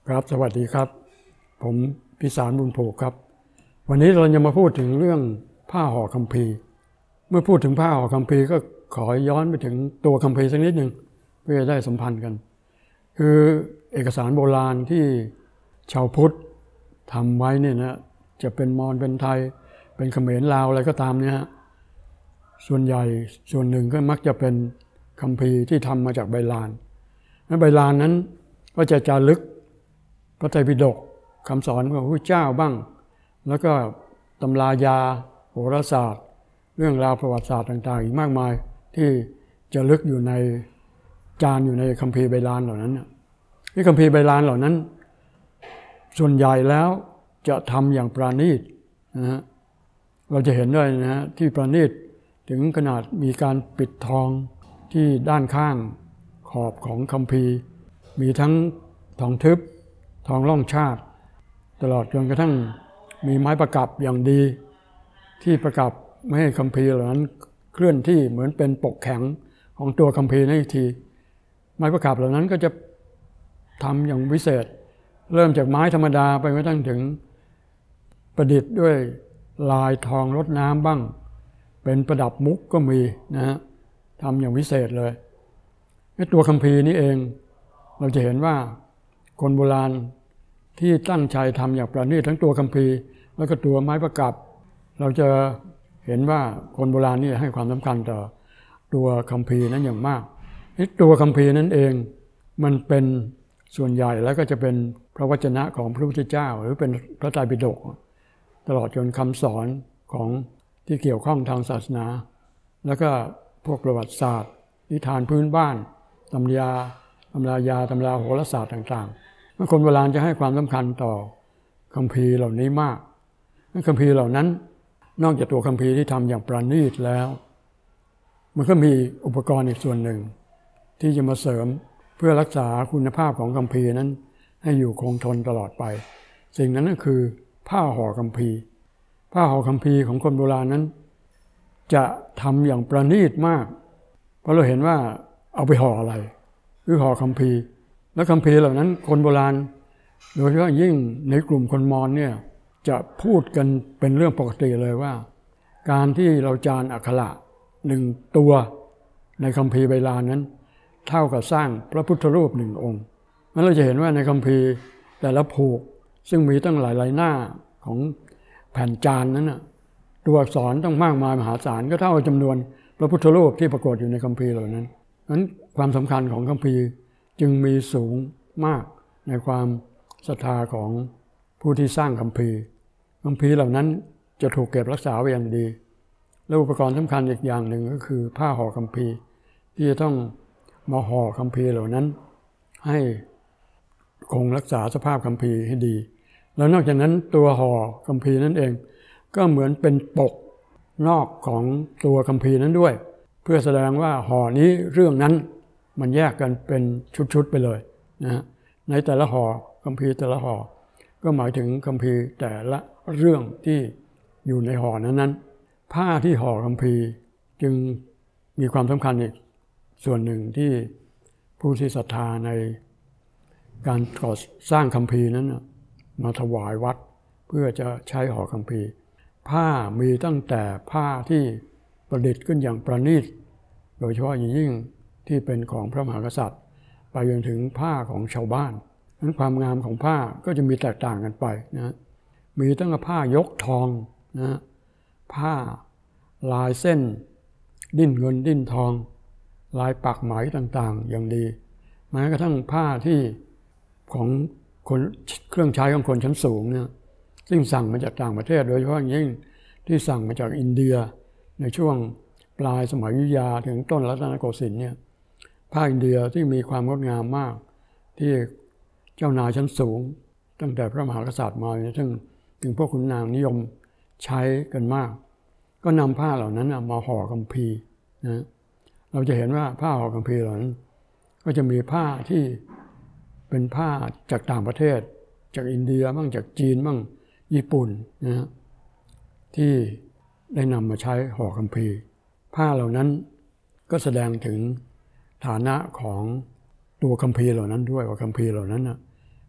ครับสวัสดีครับผมพิสารบุญผูกครับวันนี้เราจะมาพูดถึงเรื่องผ้าห่อคัมภีร์เมื่อพูดถึงผ้าห่อคัมภีร์ก็ขอย้อนไปถึงตัวคัมภีร์สักนิดหนึ่งเพื่อได้สัมพันธ์กันคือเอกสารโบราณที่ชาวพุทธทำไว้เนี่ยนะจะเป็นมอญเป็นไทยเป็นเขมรลาวอะไรก็ตามเนี่ยส่วนใหญ่ส่วนหนึ่งก็มักจะเป็นคัมภีร์ที่ทำมาจากใบลานและใบลานนั้นก็จะจารึกพระไตรปิฎกคำสอนของพระพุทธเจ้าบ้างแล้วก็ตำรายาโหราศาสตร์เรื่องราวประวัติศาสตร์ต่างๆอีกมากมายที่จะลึกอยู่ในจานอยู่ในคัมภีร์ใบลานเหล่านั้นที่คัมภีร์ใบลานเหล่านั้นส่วนใหญ่แล้วจะทำอย่างปราณีตนะฮะเราจะเห็นด้วยนะฮะที่ปราณีตถึงขนาดมีการปิดทองที่ด้านข้างขอบของคัมภีร์มีทั้งทองทึบทองร่องชาติตลอดจนกระทั่งมีไม้ประกับอย่างดีที่ประกับไม่ให้คัมภีร์เหล่านั้นเคลื่อนที่เหมือนเป็นปกแข็งของตัวคัมภีร์นั่นอีกทีไม้ประกับเหล่านั้นก็จะทำอย่างวิเศษเริ่มจากไม้ธรรมดาไปกระทั่งถึงประดิษฐ์ด้วยลายทองรดน้ำบ้างเป็นประดับมุกก็มีนะฮะทำอย่างวิเศษเลยในตัวคัมภีร์นี้เองเราจะเห็นว่าคนโบราณที่ตั้งใจทำอย่างประณีตทั้งตัวคัมภีร์แล้วก็ตัวไม้ประกับเราจะเห็นว่าคนโบราณนี่ให้ความสำคัญต่อตัวคัมภีร์นั้นอย่างมากตัวคัมภีร์นั้นเองมันเป็นส่วนใหญ่แล้วก็จะเป็นพระวจนะของพระพุทธเจ้าหรือเป็นพระไตรปิฎกตลอดจนคำสอนของที่เกี่ยวข้องทางศาสนาแล้วก็พวกประวัติศาสตร์นิทานพื้นบ้านตำรายาโหราศาสตร์ต่างๆคนโบราณจะให้ความสำคัญต่อคัมภีร์เหล่านี้มากคัมภีร์เหล่านั้นนอกจากตัวคัมภีร์ที่ทำอย่างประณีตแล้วมันก็มีอุปกรณ์อีกส่วนหนึ่งที่จะมาเสริมเพื่อรักษาคุณภาพของคัมภีร์นั้นให้อยู่คงทนตลอดไปสิ่งนั้นก็คือผ้าห่อคัมภีร์ผ้าห่อคัมภีร์ของคนโบราณนั้นจะทำอย่างประณีตมากเพราะเราเห็นว่าเอาไปห่ออะไรคือห่อคัมภีร์และคัมภีร์เหล่านั้นคนโบราณโดยเฉพาะยิ่งในกลุ่มคนมอญเนี่ยจะพูดกันเป็นเรื่องปกติเลยว่าการที่เราจานอักขระหนึ่งตัวในคัมภีร์ใบลานนั้นเท่ากับสร้างพระพุทธรูปหนึ่งองค์นั้นเราจะเห็นว่าในคัมภีร์แต่ละผูกซึ่งมีตั้งหลายหน้าของแผ่นจานนั้นนะตัวอักษรต้องมากมายมหาศาลก็เท่ากับจำนวนพระพุทธรูปที่ปรากฏอยู่ในคัมภีร์เหล่านั้นนั้นความสำคัญของคัมภีร์จึงมีสูงมากในความศรัทธาของผู้ที่สร้างคัมภีร์เหล่านั้นจะถูกเก็บรักษาไว้อย่างดีและอุปกรณ์สำคัญอีกอย่างหนึ่งก็คือผ้าห่อคัมภีร์ที่จะต้องมาห่อคัมภีร์เหล่านั้นให้คงรักษาสภาพคัมภีร์ให้ดีแล้วนอกจากนั้นตัวห่อคัมภีร์นั่นเองก็เหมือนเป็นปกนอกของตัวคัมภีร์นั้นด้วยเพื่อแสดงว่าห่อนี้เรื่องนั้นมันแยกกันเป็นชุดๆไปเลยนะในแต่ละห่อคัมภีร์แต่ละห่อก็หมายถึงคัมภีร์แต่ละเรื่องที่อยู่ในห่อนั้นผ้าที่ห่อคัมภีร์จึงมีความสำคัญอีกส่วนหนึ่งที่ผู้ที่ศรัทธาในการก่อสร้างคัมภีร์นั้นมาถวายวัดเพื่อจะใช้ห่อคัมภีร์ผ้ามีตั้งแต่ผ้าที่ประดิษฐ์ขึ้นอย่างประณีตโดยเฉพาะอย่างยิ่งที่เป็นของพระมหากษัตริย์ไปจนถึงผ้าของชาวบ้านนั้นความงามของผ้าก็จะมีแตกต่างกันไปนะมีตั้งแต่ผ้ายกทองนะผ้าลายเส้นดิ้นเงินดิ้นทองลายปักไหมต่างๆอย่างดีแม้กระทั่งผ้าที่ของคนเครื่องใช้ของคนชั้นสูงเนี่ยซึ่งสั่งมาจากต่างประเทศโดยเฉพาะยิ่งที่สั่งมาจากอินเดียในช่วงปลายสมัยอยุธยาถึงต้นรัตนโกสินทร์เนี่ยผ้าอินเดียที่มีความงดงามมากที่เจ้านายชั้นสูงตั้งแต่พระมหากษัตริย์มาถึงพวกขุนนางนิยมใช้กันมากก็นำผ้าเหล่านั้นมาห่อคัมภีร์นะเราจะเห็นว่าผ้าห่อคัมภีร์เหล่านั้นก็จะมีผ้าที่เป็นผ้าจากต่างประเทศจากอินเดียบ้างจากจีนบ้างญี่ปุ่นนะที่ได้นำมาใช้ห่อคัมภีร์ผ้าเหล่านั้นก็แสดงถึงฐานะของตัวคัมภีร์เหล่านั้นด้วยว่าคัมภีร์เหล่านั้น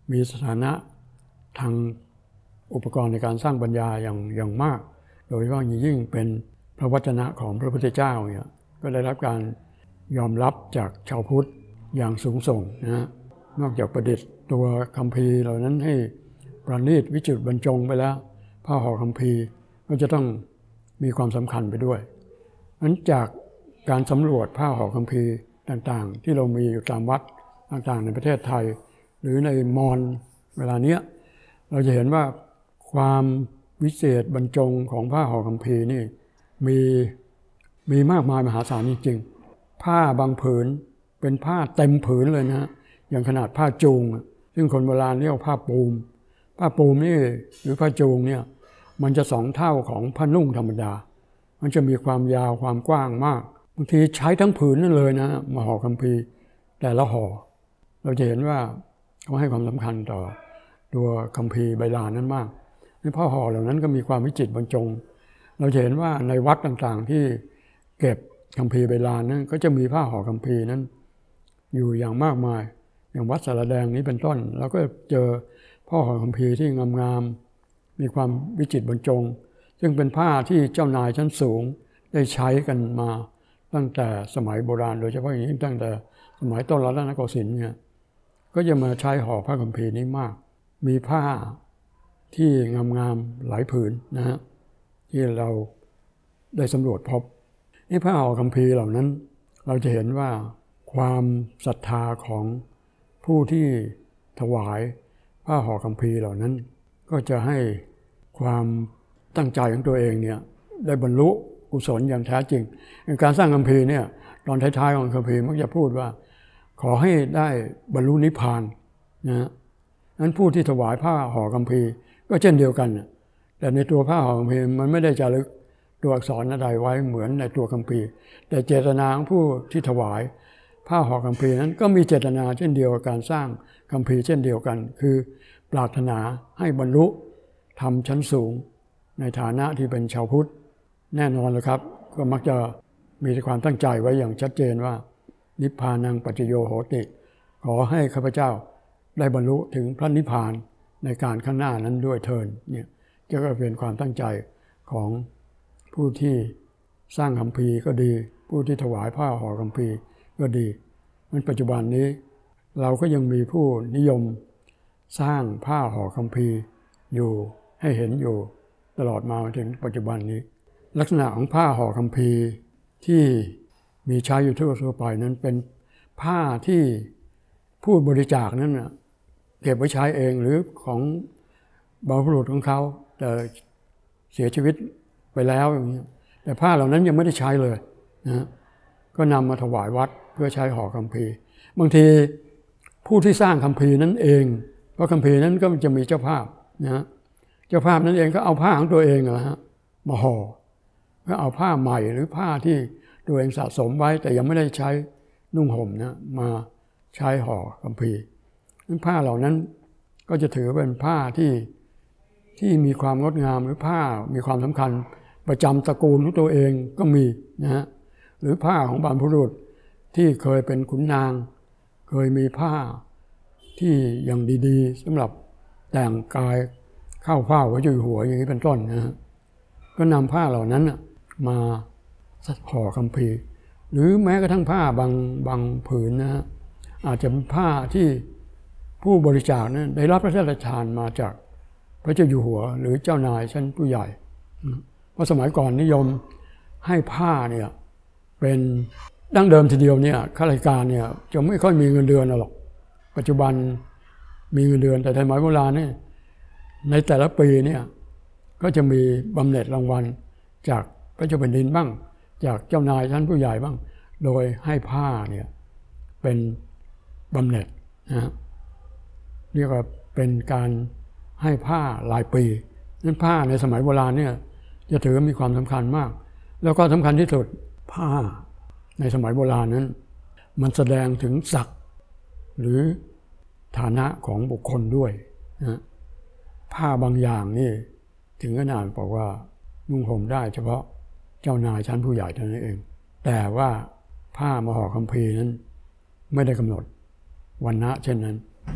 มีสถานะทางอุปกรณ์ในการสร้างปัญญาอย่างมากโดยเฉพาะยิ่งเป็นพระวจนะของพระพุทธเจ้าเนี่ยก็ได้รับการยอมรับจากชาวพุทธอย่างสูงส่งนะนอกจากประดิษฐ์ตัวคัมภีร์เหล่านั้นให้ประณีตวิจิตรบรรจงไปแล้วผ้าห่อคัมภีร์ก็จะต้องมีความสำคัญไปด้วยนั้นจากการสำรวจผ้าห่อคัมภีร์ต่างๆที่เรามีอยู่ตามวัดต่างๆในประเทศไทยหรือในมอญเวลานี้เราจะเห็นว่าความวิเศษบรรจงของผ้าห่อคัมภีร์นี่มีมากมายมหาศาลจริงๆผ้าบางผืนเป็นผ้าเต็มผืนเลยนะอย่างขนาดผ้าจูงซึ่งคนโบราณเรียกผ้าปูมนี่หรือผ้าจูงเนี่ยมันจะ2 เท่าของผ้านุ่งธรรมดามันจะมีความยาวความกว้างมากบางทีใช้ทั้งผืนนั่นเลยนะมาห่อคัมภีร์แต่ละห่อเราจะเห็นว่าเขาให้ความสำคัญต่อตัวคัมภีร์ใบลานนั้นมากในผ้าห่อเหล่านั้นก็มีความวิจิตรบรรจงเราจะเห็นว่าในวัดต่างๆที่เก็บคัมภีร์ใบลานนั้นก็จะมีผ้าห่อคัมภีร์นั้นอยู่อย่างมากมายอย่างวัดสารแดงนี้เป็นต้นเราก็เจอผ้าห่อคัมภีร์ที่งามๆมีความวิจิตรบรรจงซึ่งเป็นผ้าที่เจ้านายชั้นสูงได้ใช้กันมาตั้งแต่สมัยโบราณโดยเฉพาะอย่างยิ่งตั้งแต่สมัยต้นรัตนโกสินทร์เนี่ยก็จะมาใช้ห่อผ้าคัมภีร์นี้มากมีผ้าที่งามๆหลายผืนนะฮะที่เราได้สำรวจพบผ้าห่อคัมภีร์เหล่านั้นเราจะเห็นว่าความศรัทธาของผู้ที่ถวายผ้าห่อคัมภีร์เหล่านั้นก็จะให้ความตั้งใจของตัวเองเนี่ยได้บรรลุกุศลอย่างแท้จริงในการสร้างคัมภีร์เนี่ยตอนท้ายๆของคัมภีร์มักจะพูดว่าขอให้ได้บรรลุนิพพานนะนั้นผู้ที่ถวายผ้าห่อคัมภีร์ก็เช่นเดียวกันแต่ในตัวผ้าห่อคัมภีร์มันไม่ได้จารึกตัวอักษรใดไว้เหมือนในตัวคัมภีร์แต่เจตนาของผู้ที่ถวายผ้าห่อคัมภีร์นั้นก็มีเจตนาเช่นเดียวกับการสร้างคัมภีร์เช่นเดียวกันคือปรารถนาให้บรรลุธรรมชั้นสูงในฐานะที่เป็นชาวพุทธแน่นอนเลยครับก็มักจะมีความตั้งใจไว้อย่างชัดเจนว่านิพพานังปัจจโยโหติขอให้ข้าพเจ้าได้บรรลุถึงพระนิพพานในการข้างหน้านั้นด้วยเถิดเนี่ยจะก็เป็นความตั้งใจของผู้ที่สร้างคัมภีร์ก็ดีผู้ที่ถวายผ้าห่อคัมภีร์ก็ดีมันปัจจุบันนี้เราก็ยังมีผู้นิยมสร้างผ้าห่อคัมภีร์อยู่ให้เห็นอยู่ตลอดมาถึงปัจจุบันนี้ลักษณะของผ้าห่อคัมภีร์ที่มีใช้อยู่ทั่วไปนั้นเป็นผ้าที่ผู้บริจาคนั้นเก็บไว้ใช้เองหรือของบรรพบุรุษของเขาแต่เสียชีวิตไปแล้วอย่างนี้แต่ผ้าเหล่านั้นยังไม่ได้ใช้เลยนะก็นำมาถวายวัดเพื่อใช้ห่อคัมภีร์บางทีผู้ที่สร้างคัมภีร์นั้นเองเพราะคัมภีร์นั้นก็จะมีเจ้าภาพนะเจ้าภาพนั้นเองก็เอาผ้าของตัวเองมาห่อก็เอาผ้าใหม่หรือผ้าที่ตัวเองสะสมไว้แต่ยังไม่ได้ใช้นุ่งห่มนะมาใช้ห่อคัมภีร์ผ้าเหล่านั้นก็จะถือเป็นผ้าที่มีความงดงามหรือผ้ามีความสำคัญประจำตระกูลของตัวเองก็มีนะฮะหรือผ้าของบรรพบุรุษที่เคยเป็นขุนนางเคยมีผ้าที่อย่างดีๆสำหรับแต่งกายเข้าเฝ้าพระเจ้าอยู่หัวอย่างนี้เป็นต้นนะฮะก็นำผ้าเหล่านั้นมาห่อคัมภีร์หรือแม้กระทั่งผ้าบางผืนนะฮะอาจจะเป็นผ้าที่ผู้บริจาคนั้นได้รับพระราชทานมาจากพระเจ้าอยู่หัวหรือเจ้านายชั้นผู้ใหญ่เพราะสมัยก่อนนิยมให้ผ้าเนี่ยเป็นดั้งเดิมทีเดียวเนี่ยข้าราชการเนี่ยจะไม่ค่อยมีเงินเดือนหรอกปัจจุบันมีเงินเดือนแต่สมัยโบราณเนี่ยในแต่ละปีเนี่ยก็จะมีบำเหน็จรางวัลจากพระเจ้าแผ่นดินบ้างจากเจ้านายชั้นผู้ใหญ่บ้างโดยให้ผ้าเนี่ยเป็นบำเหน็จนะเรียกว่าเป็นการให้ผ้ารายปีนั้นผ้าในสมัยโบราณเนี่ยจะถือมีความสำคัญมากแล้วก็สำคัญที่สุดผ้าในสมัยโบราณนั้นมันแสดงถึงศักดิ์หรือฐานะของบุคคลด้วยนะผ้าบางอย่างนี่ถึงขนาดบอกว่านุ่งห่มได้เฉพาะเจ้านายชั้นผู้ใหญ่เท่านั้นเองแต่ว่าผ้ามาห่อคัมภีร์นั้นไม่ได้กำหนดวรรณะเช่นนั้น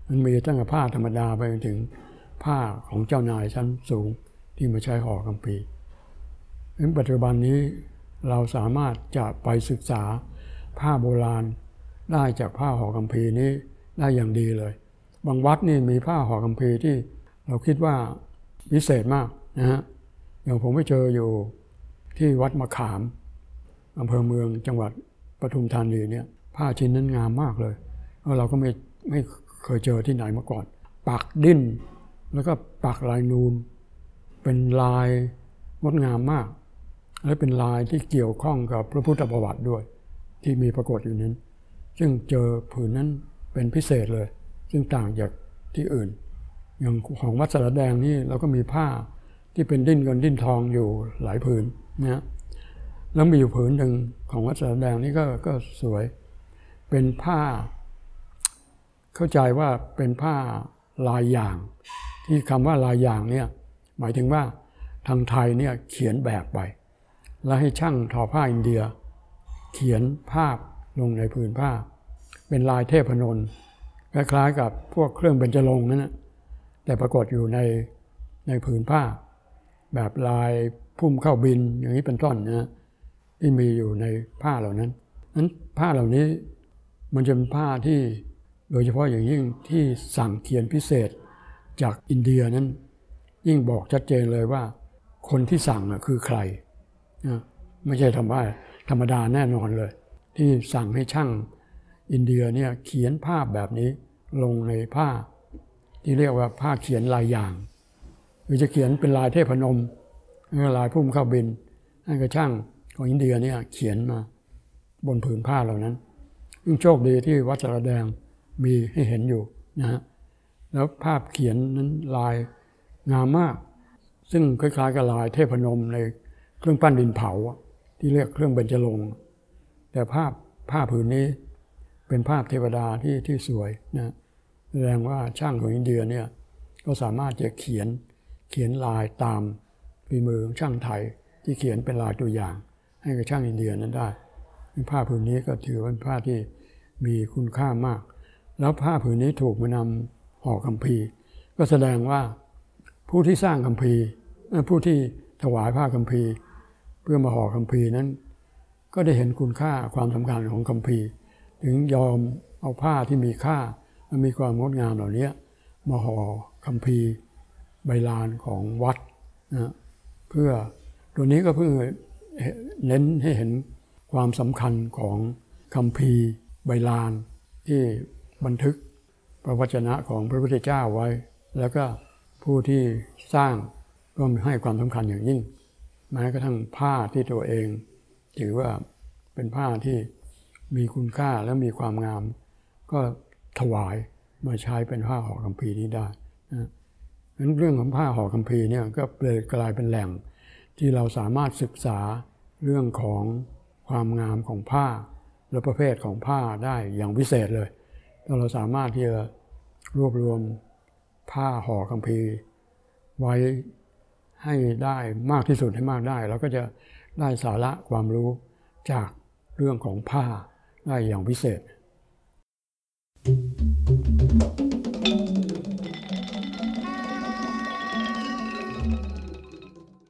มันมีตั้งแต่ผ้าธรรมดาไปจนถึงผ้าของเจ้านายชั้นสูงที่มาใช้ห่อคัมภีร์ในปัจจุบันนี้เราสามารถจะไปศึกษาผ้าโบราณได้จากผ้าห่อคัมภีร์นี้ได้อย่างดีเลยบางวัดนี่มีผ้าห่อคัมภีร์ที่เราคิดว่าพิเศษมากนะฮะอย่างผมไปเจออยู่ที่วัดมะขามอำเภอเมืองจังหวัดปทุมธานีเนี่ยผ้าชิ้นนั้นงามมากเลยแล้วเราก็ไม่เคยเจอที่ไหนมาก่อนปักดิ้นแล้วก็ปักลายนูนเป็นลายงดงามมากและเป็นลายที่เกี่ยวข้องกับพระพุทธประวัติด้วยที่มีปรากฏอยู่นั้นซึ่งเจอผืนนั้นเป็นพิเศษเลยซึ่งต่างจากที่อื่นอย่างของวัดสระแดงนี่เราก็มีผ้าที่เป็นดิ้นเงินดิ้นทองอยู่หลายผืนนะแล้วมีอยู่ผืนหนึ่งของวัดสระแดงนี่ก็สวยเป็นผ้าเข้าใจว่าเป็นผ้าลายอย่างที่คำว่าลายอย่างเนี่ยหมายถึงว่าทางไทยเนี่ยเขียนแบบไปแล้วให้ช่างทอผ้าอินเดียเขียนภาพลงในผืนผ้าเป็นลายเทพนนท์คล้ายๆกับพวกเครื่องเบญจรงค์นั่นนะแต่ปรากฏอยู่ในผืนผ้าแบบลายพุ่มเข้าบินอย่างนี้เป็นต้นนะที่มีอยู่ในผ้าเหล่านั้นผ้าเหล่านี้มันจะเป็นผ้าที่โดยเฉพาะอย่างยิ่งที่สั่งเขียนพิเศษจากอินเดียนั้นยิ่งบอกชัดเจนเลยว่าคนที่สั่งคือใครไม่ใช่ธรรมดาแน่นอนเลยที่สั่งให้ช่างอินเดียเนี่ยเขียนภาพแบบนี้ลงในผ้าที่เรียกว่าผ้าเขียนลายอย่างหรือจะเขียนเป็นลายเทพนมลายพุ่มเข้าบินให้กับช่างของอินเดียเนี่ยเขียนมาบนผืนผ้าเหล่านั้นยิ่งโชคดีที่วัดสระแดงมีให้เห็นอยู่นะฮะแล้วภาพเขียนนั้นลายงามมากซึ่งคล้ายๆกับลายเทพนมในเครื่องปั้นดินเผาที่เรียกเครื่องเบญจรงค์แต่ผ้าผืนนี้เป็นภาพเทวดาที่สวยนะแสดงว่าช่างของอินเดียเนี่ยก็สามารถจะเขียนลายตามฝีมือของช่างไทยที่เขียนเป็นลายตัวอย่างให้กับช่างอินเดียนั้นได้ผ้าผืนนี้ก็ถือว่าเป็นผ้าที่มีคุณค่ามากแล้วผ้าผืนนี้ถูกมานำห่อคัมภีร์ก็แสดงว่าผู้ที่สร้างคัมภีร์ผู้ที่ถวายผ้าคัมภีร์เพื่อมาห่อคัมภีร์นั้นก็ได้เห็นคุณค่าความสำคัญของคัมภีร์ถึงยอมเอาผ้าที่มีค่าและมีความงดงามเหล่านี้มาห่อคัมภีร์ใบลานของวัดนะเพื่อตัวนี้ก็เพื่อเน้นให้เห็นความสำคัญของคัมภีร์ใบลานที่บันทึกพระวจนะของพระพุทธเจ้าไว้แล้วก็ผู้ที่สร้างก็ให้ความสำคัญอย่างยิ่งแม้กระทั่งผ้าที่ตัวเองถือว่าเป็นผ้าที่มีคุณค่าและมีความงามก็ถวายมาใช้เป็นผ้าห่อคัมภีร์นี้ได้นะงั้นเรื่องของผ้าห่อคัมภีร์เนี่ยก็เลยกลายเป็นแหล่งที่เราสามารถศึกษาเรื่องของความงามของผ้าและประเภทของผ้าได้อย่างพิเศษเลยถ้าเราสามารถที่จะรวบรวมผ้าห่อคัมภีร์ไว้ให้ได้มากที่สุดให้มากได้แล้วก็จะได้สาระความรู้จากเรื่องของผ้าได้อย่างพิเศษ